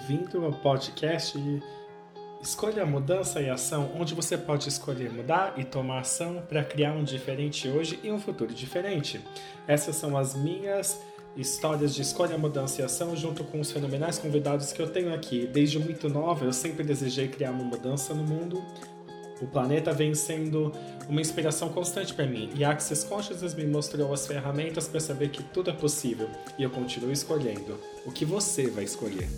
bem-vindo ao podcast Escolha Mudança e Ação, onde você pode escolher mudar e tomar ação para criar um diferente hoje e um futuro diferente. Essas são as minhas histórias de escolha, mudança e ação, junto com os fenomenais convidados que eu tenho aqui. Desde muito nova, eu sempre desejei criar uma mudança no mundo. O planeta vem sendo uma inspiração constante para mim, e Access Consciousness me mostrou as ferramentas para saber que tudo é possível, e eu continuo escolhendo. O que você vai escolher?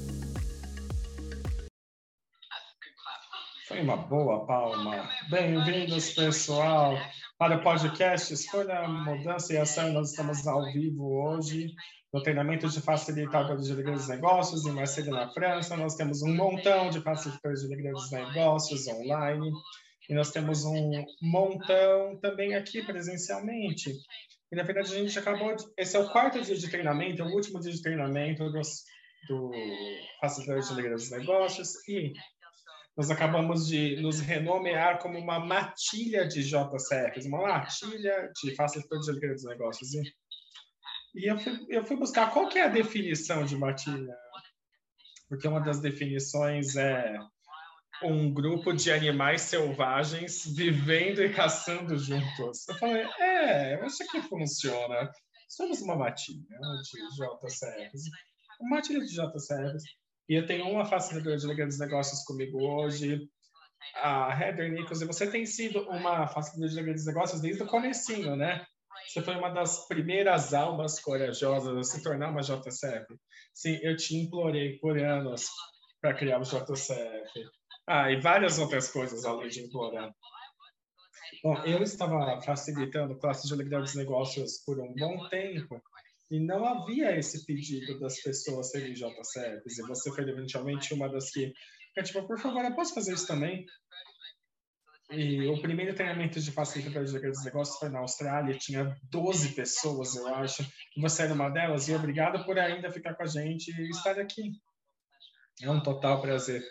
Foi uma boa palma. Bem-vindos, pessoal, para o podcast Escolha, Mudança e Ação. Nós estamos ao vivo hoje no treinamento de facilitadores de grandes negócios em Marseille, na França. Nós temos um montão de facilitadores de grandes negócios online e nós temos um montão também aqui presencialmente. E, na verdade, a gente acabou de... Esse é o quarto dia de treinamento, o último dia de treinamento do facilitador de grandes negócios, e nós acabamos de nos renomear como uma matilha de JCFs, uma matilha de facilitadores de grandes negócios. E eu fui buscar qual que é a definição de matilha, porque uma das definições é um grupo de animais selvagens vivendo e caçando juntos. Eu falei, eu acho que funciona. Somos uma matilha de JCFs. Uma matilha de JCFs. E eu tenho uma facilitadora de grandes negócios comigo hoje, a Heather Nichols. E você tem sido uma facilitadora de grandes negócios desde o comecinho, né? Você foi uma das primeiras almas corajosas a se tornar uma JCF. Sim, eu te implorei por anos para criar o JCF. E várias outras coisas além de implorar. Bom, eu estava facilitando classes de grandes negócios por um bom tempo e não havia esse pedido das pessoas serem JCFs. E você foi eventualmente uma das que... tipo, por favor, eu posso fazer isso também? E o primeiro treinamento de facilitador de grandes negócios foi na Austrália, tinha 12 pessoas, eu acho, e você era uma delas, e obrigado por ainda ficar com a gente e estar aqui. É um total prazer.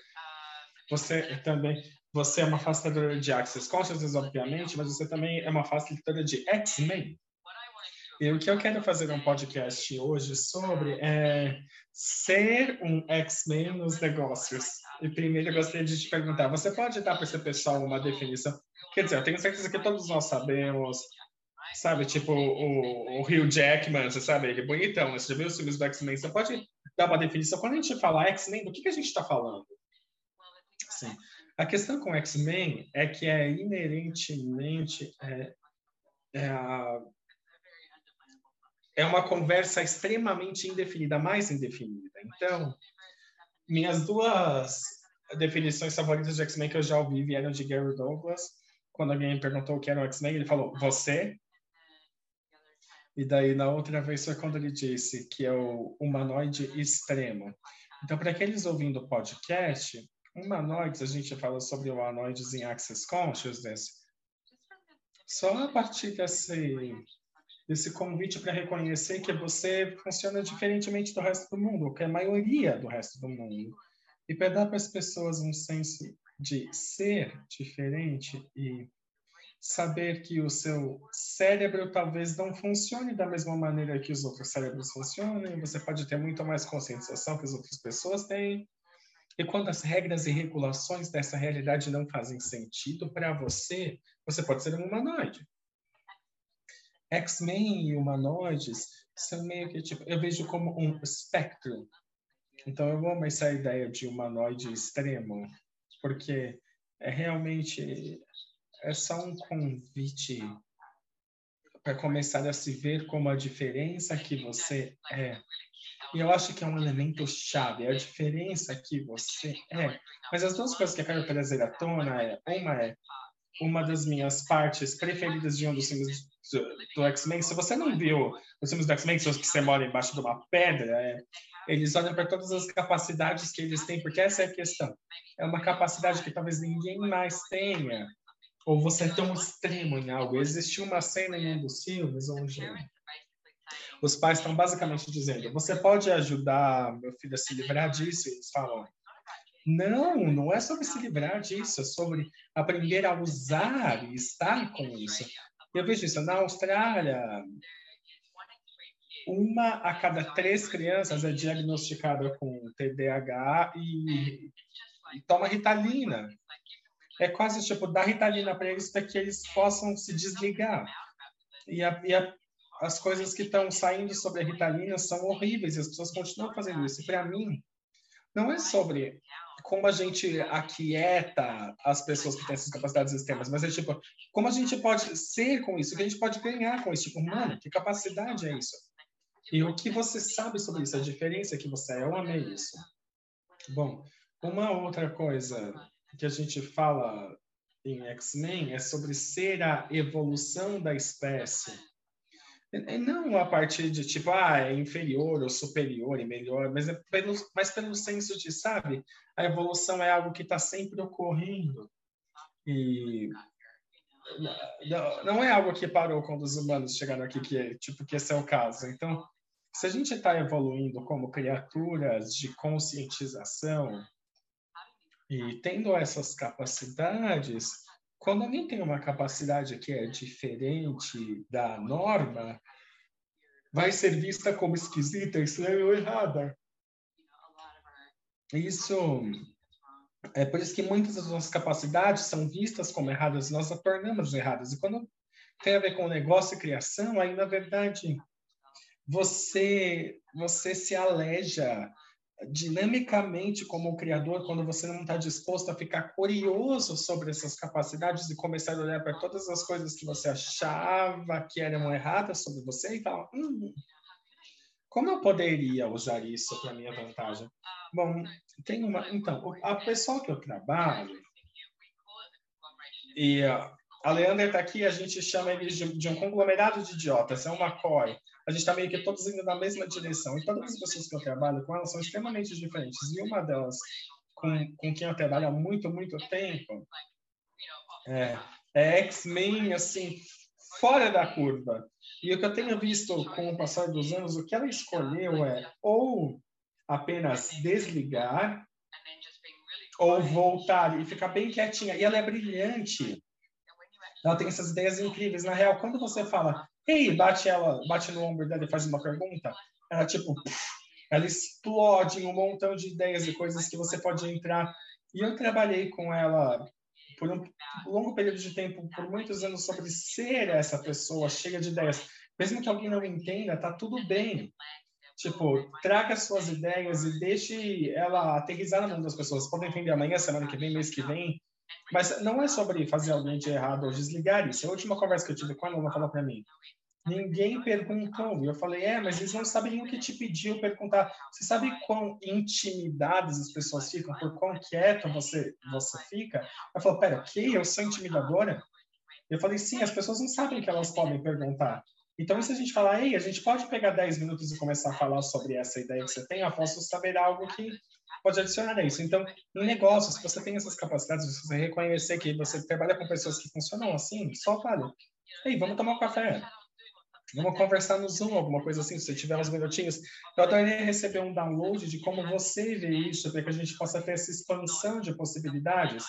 Você é uma facilitadora de Access Consciousness, obviamente, mas você também é uma facilitadora de X-Men. E o que eu quero fazer um podcast hoje sobre é ser um X-Men nos negócios. E primeiro eu gostaria de te perguntar, você pode dar para esse pessoal uma definição? Quer dizer, eu tenho certeza que todos nós sabemos, sabe, tipo o Hugh Jackman, você sabe, ele é bonitão, você já viu os filmes do X-Men? Você pode dar uma definição? Quando a gente fala X-Men, do que a gente está falando? Sim. A questão com X-Men é que é inerentemente é uma conversa extremamente indefinida, mais indefinida. Então, minhas duas definições favoritas de X-Men que eu já ouvi vieram de Gary Douglas. Quando alguém me perguntou o que era o X-Men, ele falou, você? E daí, na outra vez, foi quando ele disse que é o humanoide extremo. Então, para aqueles ouvindo o podcast, humanoides, a gente fala sobre humanoides em Access Consciousness, só a partir desse convite para reconhecer que você funciona diferentemente do resto do mundo, que é a maioria do resto do mundo. E para dar para as pessoas um senso de ser diferente e saber que o seu cérebro talvez não funcione da mesma maneira que os outros cérebros funcionam, você pode ter muito mais conscientização que as outras pessoas têm. E quando as regras e regulações dessa realidade não fazem sentido para você, você pode ser um humanoide. X-Men e humanoides são meio que tipo, eu vejo como um espectro. Então eu amo essa ideia de humanoide extremo, porque realmente só um convite para começar a se ver como a diferença que você é. E eu acho que é um elemento chave, a diferença que você é. Mas as duas coisas que eu quero trazer à tona uma das minhas partes preferidas de um dos filmes do X-Men. Se você não viu os filmes do X-Men, se você mora embaixo de uma pedra, eles olham para todas as capacidades que eles têm, porque essa é a questão. É uma capacidade que talvez ninguém mais tenha, ou você é tão extremo em algo. Existiu uma cena em um dos filmes onde os pais estão basicamente dizendo, você pode ajudar meu filho a se livrar disso? E eles falam, não é sobre se livrar disso, é sobre aprender a usar e estar com isso. Eu vejo isso na Austrália. uma a cada 3 crianças é diagnosticada com TDAH e toma Ritalina. É quase tipo dar Ritalina para eles para que eles possam se desligar. As coisas que estão saindo sobre a Ritalina são horríveis e as pessoas continuam fazendo isso. E para mim, não é sobre como a gente aquieta as pessoas que têm essas capacidades extremas, mas é tipo, como a gente pode ser com isso, o que a gente pode ganhar com isso. Tipo, mano, que capacidade é isso? E o que você sabe sobre isso? A diferença que você é. Eu amei isso. Bom, uma outra coisa que a gente fala em X-Men é sobre ser a evolução da espécie. E não a partir de tipo, é inferior ou superior e melhor, mas é pelo senso de, sabe, a evolução é algo que está sempre ocorrendo. E não é algo que parou quando os humanos chegaram aqui, que esse é o caso. Então, se a gente está evoluindo como criaturas de conscientização e tendo essas capacidades, quando alguém tem uma capacidade que é diferente da norma, vai ser vista como esquisita, estranha ou errada. Isso é por isso que muitas das nossas capacidades são vistas como erradas, nós a tornamos erradas. E quando tem a ver com negócio e criação, aí, na verdade, você se aleja dinamicamente como criador quando você não está disposto a ficar curioso sobre essas capacidades e começar a olhar para todas as coisas que você achava que eram erradas sobre você e falar, como eu poderia usar isso para minha vantagem? Bom, tem uma. Então, a pessoa que eu trabalho, e a Leandra está aqui, a gente chama eles de um conglomerado de idiotas, é uma COI. A gente está meio que todos indo na mesma direção. E todas as pessoas que eu trabalho com elas são extremamente diferentes. E uma delas, com quem eu trabalho há muito, muito tempo, é X-Men, assim, fora da curva. E o que eu tenho visto com o passar dos anos, o que ela escolheu é ou apenas desligar ou voltar e ficar bem quietinha. E ela é brilhante. Ela tem essas ideias incríveis. Na real, quando você fala, ei, bate no ombro dela e faz uma pergunta, ela tipo, ela explode em um montão de ideias e coisas que você pode entrar. E eu trabalhei com ela por um longo período de tempo, por muitos anos, sobre ser essa pessoa cheia de ideias. Mesmo que alguém não entenda, tá tudo bem. Tipo, traga suas ideias e deixe ela aterrissar na mão das pessoas. Podem entender amanhã, semana que vem, mês que vem. Mas não é sobre fazer alguém de errado ou desligar isso. A última conversa que eu tive com ela, ela falou para mim, ninguém perguntou. E eu falei, mas eles não sabem o que te pediu perguntar. Você sabe quão intimidadas as pessoas ficam, por quão quieto você fica? Ela falou, pera, que? Eu sou intimidadora? Eu falei, sim, as pessoas não sabem que elas podem perguntar. Então, se a gente falar, a gente pode pegar 10 minutos e começar a falar sobre essa ideia que você tem, eu posso saber algo que pode adicionar a isso. Então, em negócios, se você tem essas capacidades, se você reconhecer que você trabalha com pessoas que funcionam assim, só fale, vamos tomar um café. Vamos conversar no Zoom, alguma coisa assim, se você tiver uns minutinhos. Eu adoraria receber um download de como você vê isso, para que a gente possa ter essa expansão de possibilidades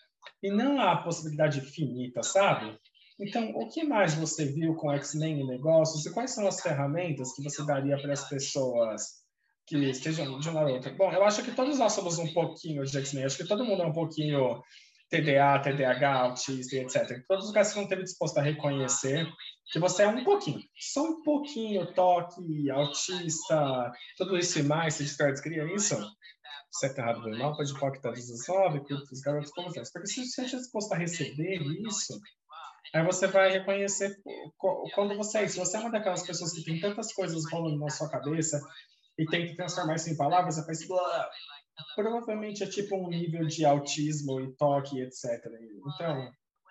e não a possibilidade finita, sabe? Então, o que mais você viu com X-Men em negócios e quais são as ferramentas que você daria para as pessoas que estejam de uma ou outra? Bom, eu acho que todos nós somos um pouquinho de X-Men, acho que todo mundo é um pouquinho TDA, TDAH, autista, etc. Todos os caras que não esteve disposto a reconhecer que você é um pouquinho, só um pouquinho toque, autista, tudo isso e mais, se descria isso? Certo, errado, bem, mal, pode hipócrita, desenvolve, os garotos como são. Porque se você estiver disposto a receber isso, aí você vai reconhecer quando você é isso. Se você é uma daquelas pessoas que tem tantas coisas rolando na sua cabeça e tenta transformar isso em palavras, você faz provavelmente é tipo um nível de autismo e toque, etc. Então,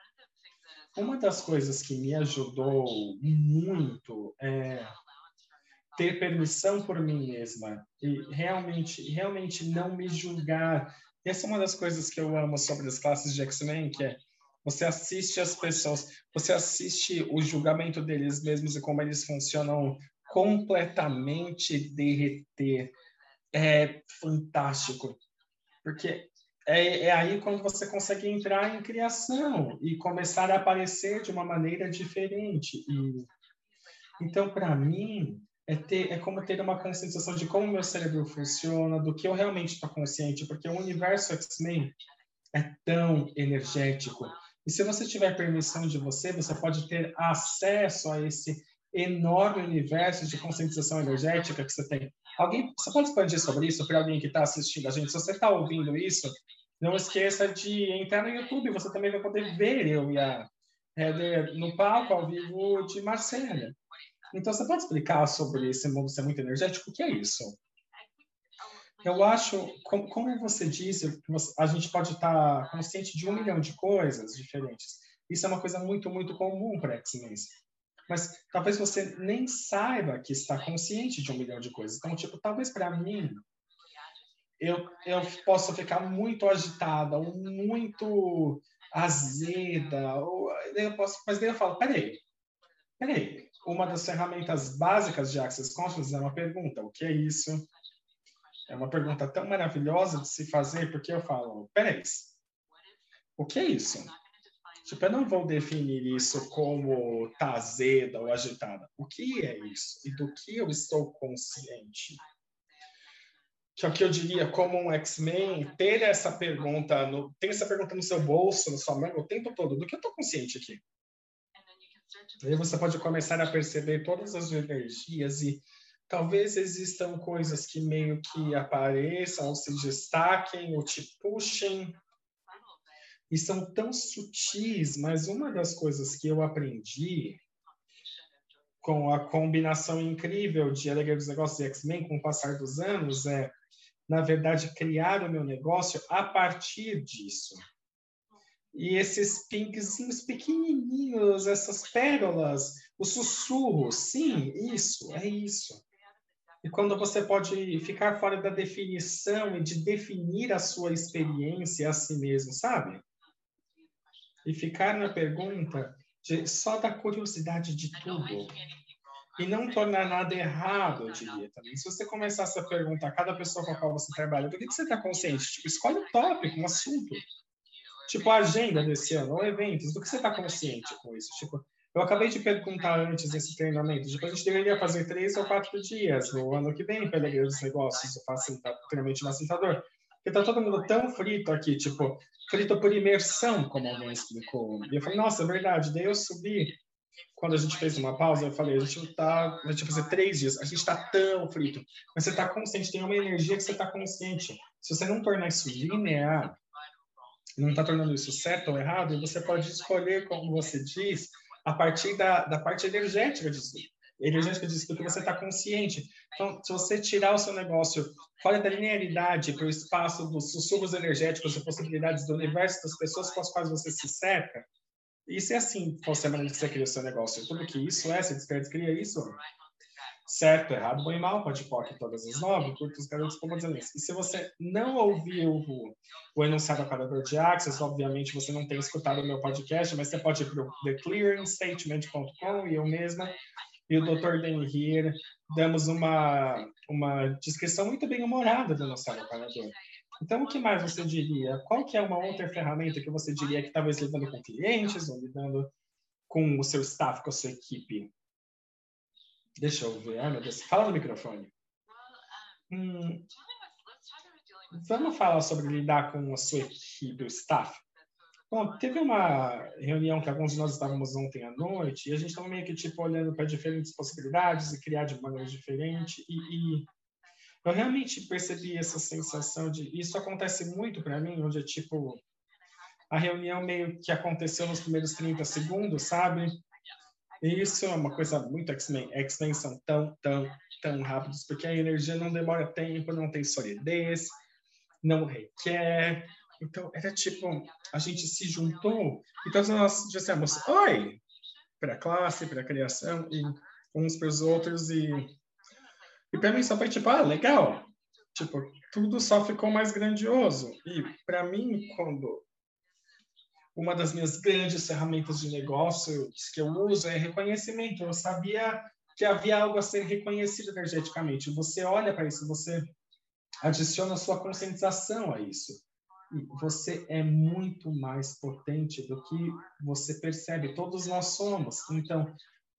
uma das coisas que me ajudou muito é ter permissão por mim mesma e realmente não me julgar. Essa é uma das coisas que eu amo sobre as classes de X-Men, que é você assiste as pessoas, você assiste o julgamento deles mesmos e como eles funcionam completamente derreter. É fantástico, porque é aí quando você consegue entrar em criação e começar a aparecer de uma maneira diferente. Então, para mim, É como ter uma conscientização de como o meu cérebro funciona, do que eu realmente estou consciente, porque o universo X-Men é tão energético. E se você tiver permissão de você pode ter acesso a esse enorme universo de conscientização energética que você tem. Você pode expandir sobre isso para alguém que está assistindo a gente? Se você está ouvindo isso, não esqueça de entrar no YouTube. Você também vai poder ver eu e a Heather no palco ao vivo de Marcela. Então, você pode explicar sobre esse mundo ser muito energético? O que é isso? Eu acho, como você disse, a gente pode estar consciente de 1 milhão de coisas diferentes. Isso é uma coisa muito, muito comum para X-Men. Mas talvez você nem saiba que está consciente de 1 milhão de coisas. Então, tipo, talvez para mim, eu possa ficar muito agitada, ou muito azeda, mas daí eu falo, peraí. Uma das ferramentas básicas de Access Consciousness é uma pergunta, o que é isso? É uma pergunta tão maravilhosa de se fazer, porque eu falo, peraí, o que é isso? Tipo, eu não vou definir isso como tá azeda ou agitada. O que é isso? E do que eu estou consciente? Que é o que eu diria como um X-Men, ter essa pergunta, ter essa pergunta no seu bolso, na sua mão, o tempo todo. Do que eu estou consciente aqui? Aí você pode começar a perceber todas as energias e talvez existam coisas que meio que apareçam, ou se destaquem, ou te puxem. E são tão sutis, mas uma das coisas que eu aprendi com a combinação incrível de Alegria dos Negócios e X-Men com o passar dos anos é, na verdade, criar o meu negócio a partir disso. E esses pinkzinhos pequenininhos, essas pérolas, os sussurros, sim, isso, é isso. E quando você pode ficar fora da definição e de definir a sua experiência a si mesmo, sabe? E ficar na pergunta só da curiosidade de tudo. E não tornar nada errado, eu diria também. Se você começasse a perguntar a cada pessoa com a qual você trabalha, do que você está consciente? Tipo, escolhe um tópico, um assunto. Tipo, a agenda desse ano, ou eventos, do que você está consciente com isso? Tipo, eu acabei de perguntar antes desse treinamento, tipo, a gente deveria fazer 3 ou 4 dias no ano que vem para Alegria dos Negócios, o treinamento facilitador. Porque tá todo mundo tão frito aqui, tipo, frito por imersão, como alguém explicou. E eu falei, nossa, é verdade. Daí eu subi, quando a gente fez uma pausa, eu falei, a gente vai fazer 3 dias, a gente está tão frito. Mas você está consciente, tem uma energia que você está consciente. Se você não tornar isso linear, não está tornando isso certo ou errado, e você pode escolher, como você diz, a partir da parte energética disso. Energética disso, do que você está consciente. Então, se você tirar o seu negócio fora da linearidade para o espaço dos sussurros energéticos e possibilidades do universo das pessoas com as quais você se cerca, e se assim fosse a maneira que você cria o seu negócio, tudo que isso é, você descria isso, certo, errado, bom e mal, pode POC todas as 9, curtos, garotos, como dizendo isso. E se você não ouviu o enunciado acadador de Access, obviamente você não tem escutado o meu podcast, mas você pode ir para o theclearingstatement.com e eu mesma e o Dr. Dan Here damos uma descrição muito bem humorada do enunciado acadador. Então, o que mais você diria? Qual que é uma outra ferramenta que você diria que talvez lidando com clientes ou lidando com o seu staff, com a sua equipe? Deixa eu ver. Ai, meu Deus. Fala no microfone. Vamos falar sobre lidar com a sua equipe, o staff. Bom, teve uma reunião que alguns de nós estávamos ontem à noite e a gente estava meio que tipo olhando para diferentes possibilidades e criar de maneira diferente e eu realmente percebi essa sensação de isso acontece muito para mim, onde é tipo a reunião meio que aconteceu nos primeiros 30 segundos, sabe? E isso é uma coisa muito X-Men. X-Men são tão rápidos, porque a energia não demora tempo, não tem solidez, não requer. Então, era tipo, a gente se juntou, então nós dissemos oi para a classe, para a criação, e uns para os outros, e para mim só foi tipo, legal. Tipo, tudo só ficou mais grandioso. E para mim, quando uma das minhas grandes ferramentas de negócios que eu uso é reconhecimento. Eu sabia que havia algo a ser reconhecido energeticamente. Você olha para isso, você adiciona sua conscientização a isso. E você é muito mais potente do que você percebe. Todos nós somos. Então,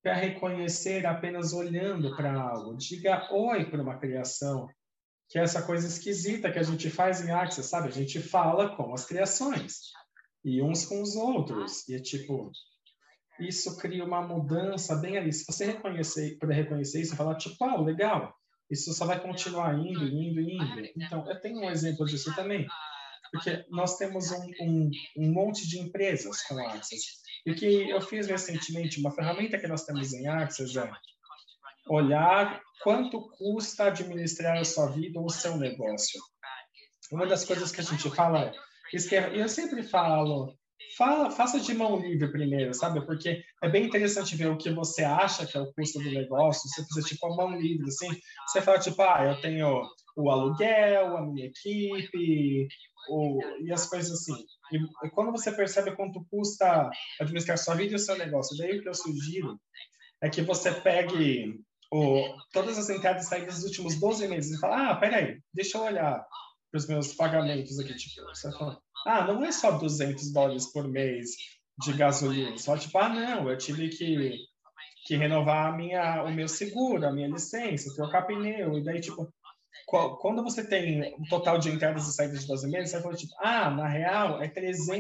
para reconhecer apenas olhando para algo. Diga oi para uma criação, que é essa coisa esquisita que a gente faz em Axis, sabe? A gente fala com as criações e uns com os outros. E é tipo, isso cria uma mudança bem ali. Se você puder reconhecer isso e falar, tipo, legal, isso só vai continuar indo, indo, indo. Então, eu tenho um exemplo disso também, porque nós temos um monte de empresas com Axis. E o que eu fiz recentemente, uma ferramenta que nós temos em Axis é olhar quanto custa administrar a sua vida ou o seu negócio. Uma das coisas que a gente fala é, eu sempre falo, faça de mão livre primeiro, sabe? Porque é bem interessante ver o que você acha que é o custo do negócio. Você fizer tipo a mão livre, assim, você fala tipo, eu tenho o aluguel, a minha equipe, e as coisas assim. E quando você percebe quanto custa administrar sua vida e o seu negócio, daí o que eu sugiro é que você pegue todas as entradas e saídas dos últimos 12 meses e fala, peraí, deixa eu olhar para os meus pagamentos aqui. Tipo, você fala, não é só $200 por mês de gasolina. Você fala, tipo, não, eu tive que renovar o meu seguro, a minha licença, trocar pneu. E daí, tipo, quando você tem um total de entradas e saídas de 12 meses, você fala, tipo, na real, é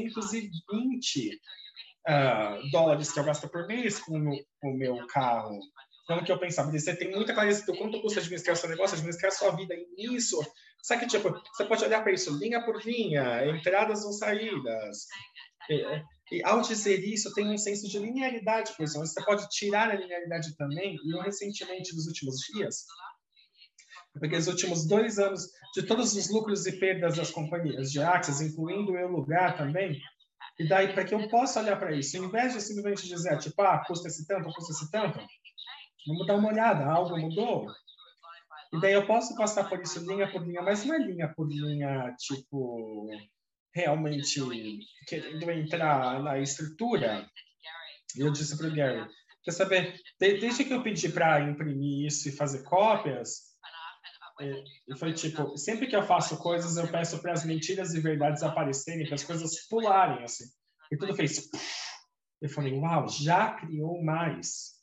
320 dólares que eu gasto por mês com o meu carro. Então, o que eu pensava, você tem muita clareza do quanto custa administrar seu negócio, administrar sua vida nisso. Sabe que, tipo, você pode olhar para isso linha por linha, entradas ou saídas. E ao dizer isso, tem um senso de linearidade com isso. Mas você pode tirar a linearidade também. E eu, recentemente, nos últimos dias, eu peguei os últimos 2 anos de todos os lucros e perdas das companhias de Axis, incluindo o Lugar também. E daí, para que eu possa olhar para isso, em vez de simplesmente dizer, tipo, custa esse tanto, vamos dar uma olhada, algo mudou? E daí eu posso passar por isso linha por linha, mas não é linha por linha, tipo, realmente querendo entrar na estrutura. E eu disse para o Gary, quer saber, desde que eu pedi para imprimir isso e fazer cópias, e foi tipo, sempre que eu faço coisas, eu peço para as mentiras e verdades aparecerem, para as coisas pularem, assim. E tudo fez... Eu falei, uau, já criou mais.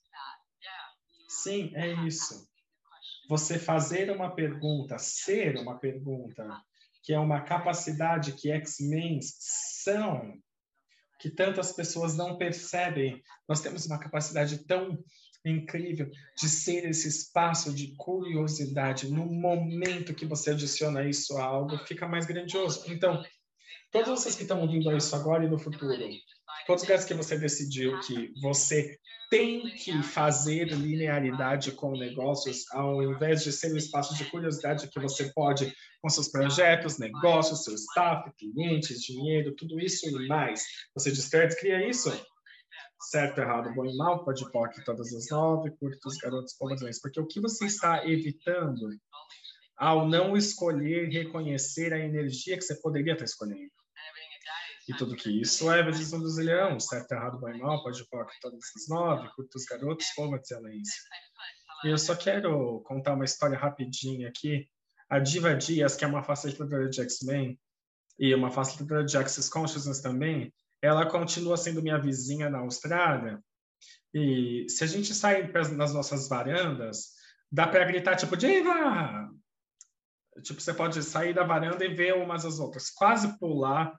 Sim, é isso. Você fazer uma pergunta, ser uma pergunta, que é uma capacidade que X-Men são, que tantas pessoas não percebem. Nós temos uma capacidade tão incrível de ser esse espaço de curiosidade. No momento que você adiciona isso a algo, fica mais grandioso. Então, todos vocês que estão ouvindo isso agora e no futuro, todos os lugares que você decidiu que você tem que fazer linearidade com negócios, ao invés de ser um espaço de curiosidade que você pode, com seus projetos, negócios, seu staff, clientes, dinheiro, tudo isso e mais. Você discrete, cria isso. Certo, errado, bom e mal, pode POC, todas as 9, curtos, garotos, povos, porque o que você está evitando ao não escolher reconhecer a energia que você poderia estar escolhendo? E tudo que isso é vezes um dos leão, certo, errado, bom e mal, pode POC, todas as 9, curtos, garotos, povos, excelência. E eu só quero contar uma história rapidinha aqui. A Diva Dias, que é uma facilitadora de X-Men e uma facilitadora de Access Consciousness também, ela continua sendo minha vizinha na Austrália. E se a gente sai nas nossas varandas, dá para gritar tipo, Diva! Tipo, você pode sair da varanda e ver umas às outras. Quase pular.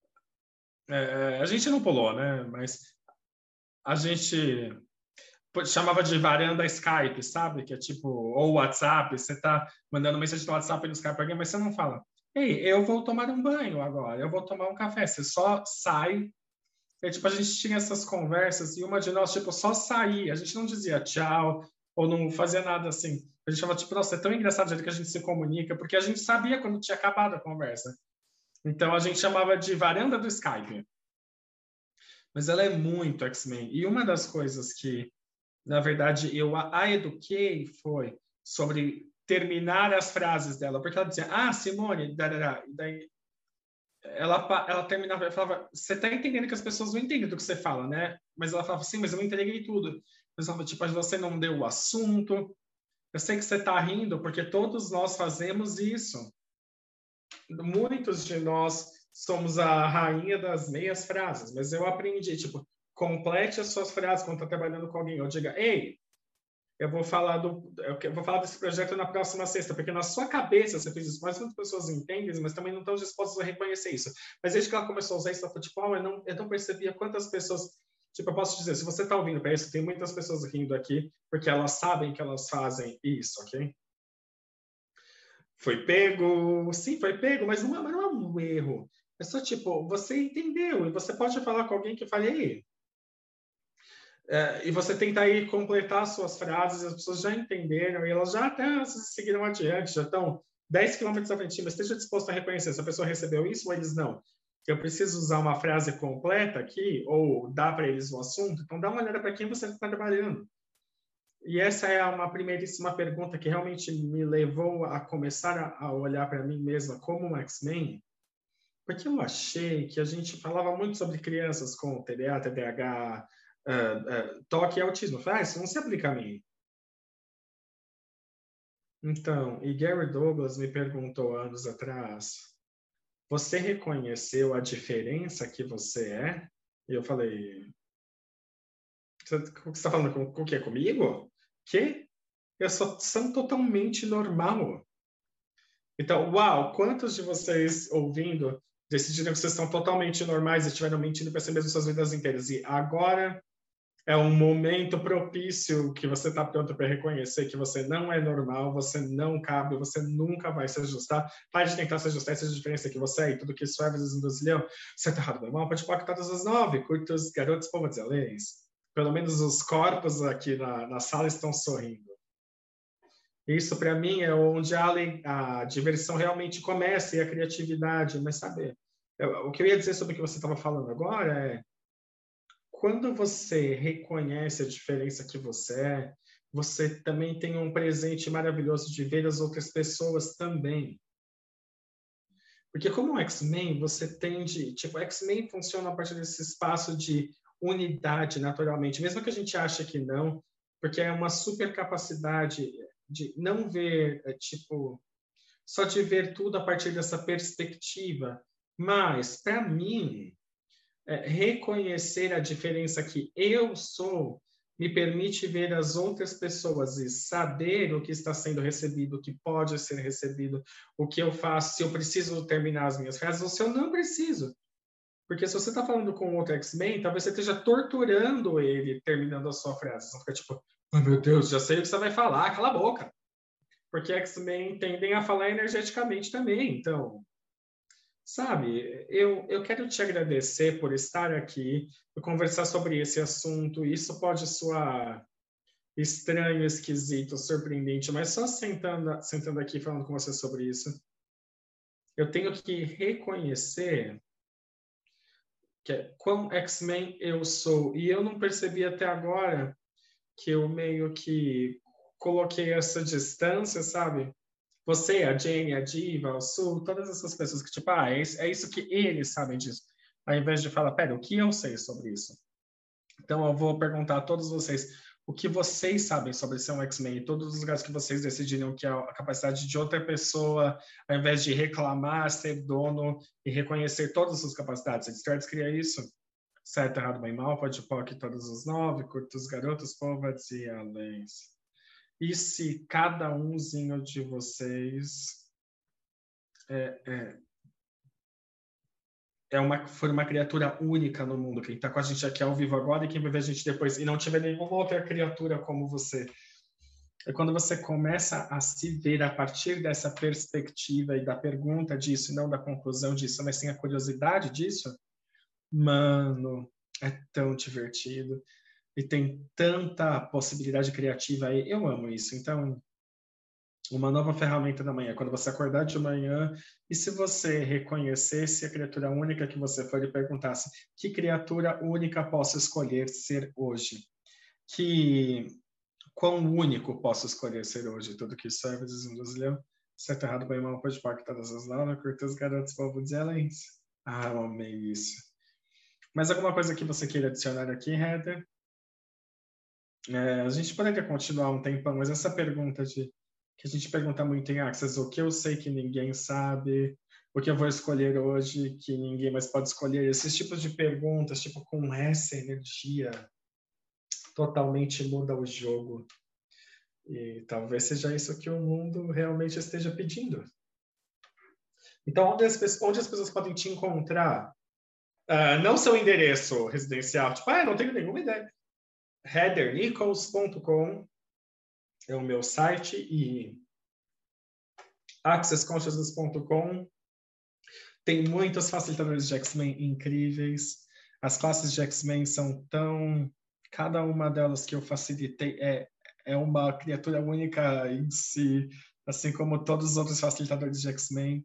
A gente não pulou, né? Mas a gente chamava de varanda Skype, sabe? Que é tipo, ou WhatsApp, você tá mandando mensagem no WhatsApp e no Skype para alguém, mas você não fala, ei, eu vou tomar um banho agora, eu vou tomar um café. Você só sai. E, tipo, a gente tinha essas conversas e uma de nós, tipo, só saía. A gente não dizia tchau ou não fazia nada assim. A gente falava, tipo, nossa, é tão engraçado o jeito que a gente se comunica, porque a gente sabia quando tinha acabado a conversa. Então, a gente chamava de varanda do Skype. Mas ela é muito X-Men. E uma das coisas que, na verdade, eu a eduquei foi sobre terminar as frases dela. Porque ela dizia, Simone, darará. E daí ela terminava e falava, você está entendendo que as pessoas não entendem do que você fala, né? Mas ela falava, sim, mas eu não entreguei tudo. Mas ela falava, tipo, você não deu o assunto. Eu sei que você está rindo, porque todos nós fazemos isso. Muitos de nós somos a rainha das meias frases, mas eu aprendi, tipo, complete as suas frases quando está trabalhando com alguém. Ou diga, ei, eu vou falar desse projeto na próxima sexta, porque na sua cabeça você fez isso, mas muitas pessoas entendem, mas também não estão dispostas a reconhecer isso. Mas desde que ela começou a usar isso, ela falou, tipo, eu não percebia quantas pessoas... Tipo, eu posso dizer, se você está ouvindo para isso, tem muitas pessoas rindo aqui, porque elas sabem que elas fazem isso, ok? Foi pego, sim, foi pego, mas não é um erro. É só, tipo, você entendeu, e você pode falar com alguém que fale, ei, e você tentar aí completar suas frases, as pessoas já entenderam e elas já até seguiram adiante, já estão 10 quilômetros à frente, mas esteja disposto a reconhecer se a pessoa recebeu isso ou eles não. Eu preciso usar uma frase completa aqui, ou dar para eles o assunto, então dá uma olhada para quem você está trabalhando. E essa é uma primeiríssima pergunta que realmente me levou a começar a olhar para mim mesma como um X-Men, porque eu achei que a gente falava muito sobre crianças com TDA, TDAH, toque e autismo. Eu falei, isso não se aplica a mim. Então, e Gary Douglas me perguntou anos atrás, você reconheceu a diferença que você é? E eu falei, o que você está falando com o quê? Comigo? Que? Eu sou totalmente normal. Então, uau, quantos de vocês ouvindo decidiram que vocês estão totalmente normais e estiveram mentindo para si mesmos suas vidas inteiras? E agora é um momento propício que você está pronto para reconhecer que você não é normal, você não cabe, você nunca vai se ajustar. Pare de tentar se ajustar essa diferença que você é e tudo que isso é, vezes induzilhão. Você está errado, normal, pode pôr todas as 9, curta os garotos, povos e leis. Pelo menos os corpos aqui na sala estão sorrindo. Isso, para mim, é onde a diversão realmente começa e a criatividade. Mas, sabe, o que eu ia dizer sobre o que você estava falando agora é quando você reconhece a diferença que você é, você também tem um presente maravilhoso de ver as outras pessoas também. Porque como um X-Men, você tende... Tipo, X-Men funciona a partir desse espaço de unidade, naturalmente. Mesmo que a gente ache que não, porque é uma super capacidade de não ver, tipo, só de ver tudo a partir dessa perspectiva. Mas, para mim, reconhecer a diferença que eu sou me permite ver as outras pessoas e saber o que está sendo recebido, o que pode ser recebido, o que eu faço, se eu preciso terminar as minhas frases ou se eu não preciso. Porque se você está falando com outro X-Men, talvez você esteja torturando ele terminando a sua frase. Você fica tipo, oh, meu Deus, já sei o que você vai falar, cala a boca. Porque X-Men tendem a falar energeticamente também. Então, sabe, eu quero te agradecer por estar aqui, por conversar sobre esse assunto. Isso pode soar estranho, esquisito, surpreendente, mas só sentando aqui falando com você sobre isso, eu tenho que reconhecer que quão X-Men eu sou. E eu não percebi até agora que eu meio que coloquei essa distância, sabe? Você, a Jane, a Diva, o Sul, todas essas pessoas que, tipo, é isso que eles sabem disso. Ao invés de falar, pera, o que eu sei sobre isso? Então, eu vou perguntar a todos vocês o que vocês sabem sobre ser um X-Men e todos os lugares que vocês decidiram que é a capacidade de outra pessoa, ao invés de reclamar, ser dono e reconhecer todas as suas capacidades. A Stratos cria isso. Certo, errado, bem, mal, pode POC, todos os 9, curta os garotos, povos e além. E se cada umzinho de vocês for uma criatura única no mundo, quem está com a gente aqui ao vivo agora e quem vai ver a gente depois, e não tiver nenhuma outra criatura como você. É quando você começa a se ver a partir dessa perspectiva e da pergunta disso, e não da conclusão disso, mas sim a curiosidade disso, mano, é tão divertido. E tem tanta possibilidade criativa aí. Eu amo isso. Então, uma nova ferramenta da manhã. Quando você acordar de manhã, e se você reconhecesse a criatura única que você foi e perguntasse: que criatura única posso escolher ser hoje? Quão único posso escolher ser hoje? Tudo que serve, diz leão. Certo, errado, bem, mal, pode pôr todas as normas, curta os garotos, povo de além. Ah, eu amei isso. Mais alguma coisa que você queira adicionar aqui, Heather? A gente poderia continuar um tempão, mas essa pergunta que a gente pergunta muito em Access, o que eu sei que ninguém sabe, o que eu vou escolher hoje que ninguém mais pode escolher? Esses tipos de perguntas, tipo, com essa energia, totalmente muda o jogo. E talvez seja isso que o mundo realmente esteja pedindo. Então, onde as pessoas podem te encontrar? Não seu endereço residencial. Tipo, não tenho nenhuma ideia. heathernichols.com é o meu site e accessconsciousness.com tem muitos facilitadores de X-Men incríveis. As classes de X-Men são tão... Cada uma delas que eu facilitei é uma criatura única em si, assim como todos os outros facilitadores de X-Men.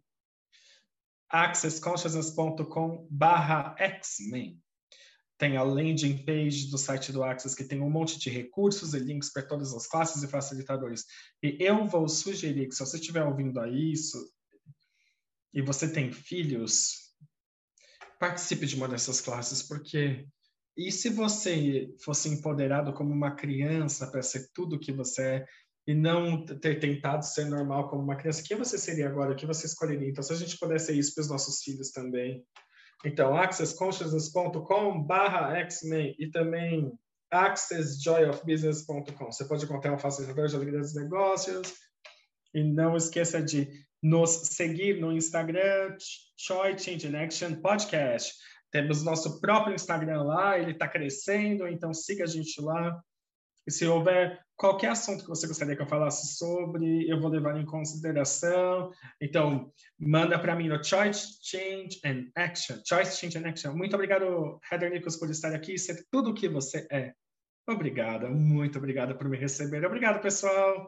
accessconsciousness.com/X-Men. Tem a landing page do site do Access, que tem um monte de recursos e links para todas as classes e facilitadores. E eu vou sugerir que, se você estiver ouvindo a isso e você tem filhos, participe de uma dessas classes, porque... E se você fosse empoderado como uma criança para ser tudo o que você é e não ter tentado ser normal como uma criança, quem você seria agora? O que você escolheria? Então, se a gente pudesse ser isso para os nossos filhos também. Então, accessconsciousness.com/X-Men e também accessjoyofbusiness.com. Você pode encontrar um facilitador de alegria dos negócios. E não esqueça de nos seguir no Instagram, Choi Change in Action Podcast. Temos nosso próprio Instagram lá, ele está crescendo, então siga a gente lá. E se houver qualquer assunto que você gostaria que eu falasse sobre, eu vou levar em consideração. Então, manda para mim no Choice Change and Action. Choice Change and Action. Muito obrigado, Heather Nichols, por estar aqui e ser tudo o que você é. Obrigada, muito obrigada por me receber. Obrigado, pessoal.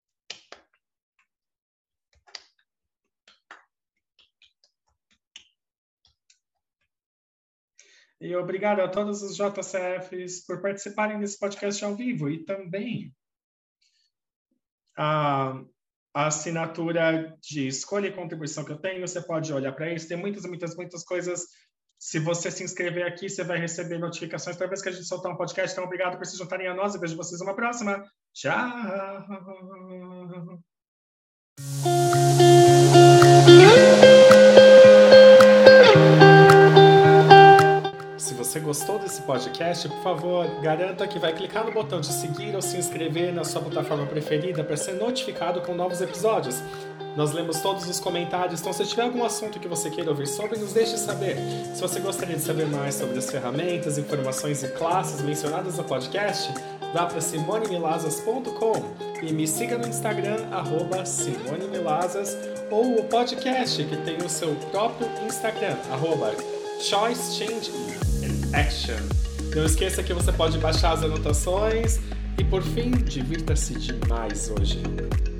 E obrigado a todos os JCFs por participarem desse podcast ao vivo. E também a assinatura de escolha e contribuição que eu tenho, você pode olhar para isso. Tem muitas coisas. Se você se inscrever aqui, você vai receber notificações toda vez que a gente soltar um podcast. Então, obrigado por se juntarem a nós e vejo vocês numa próxima. Tchau! Se você gostou desse podcast, por favor, garanta que vai clicar no botão de seguir ou se inscrever na sua plataforma preferida para ser notificado com novos episódios. Nós lemos todos os comentários, então se tiver algum assunto que você queira ouvir sobre, nos deixe saber. Se você gostaria de saber mais sobre as ferramentas, informações e classes mencionadas no podcast, vá para simonemilazas.com e me siga no Instagram, @simonemilazas, ou o podcast, que tem o seu próprio Instagram, Choice Change and Action. Não esqueça que você pode baixar as anotações e, por fim, divirta-se demais hoje.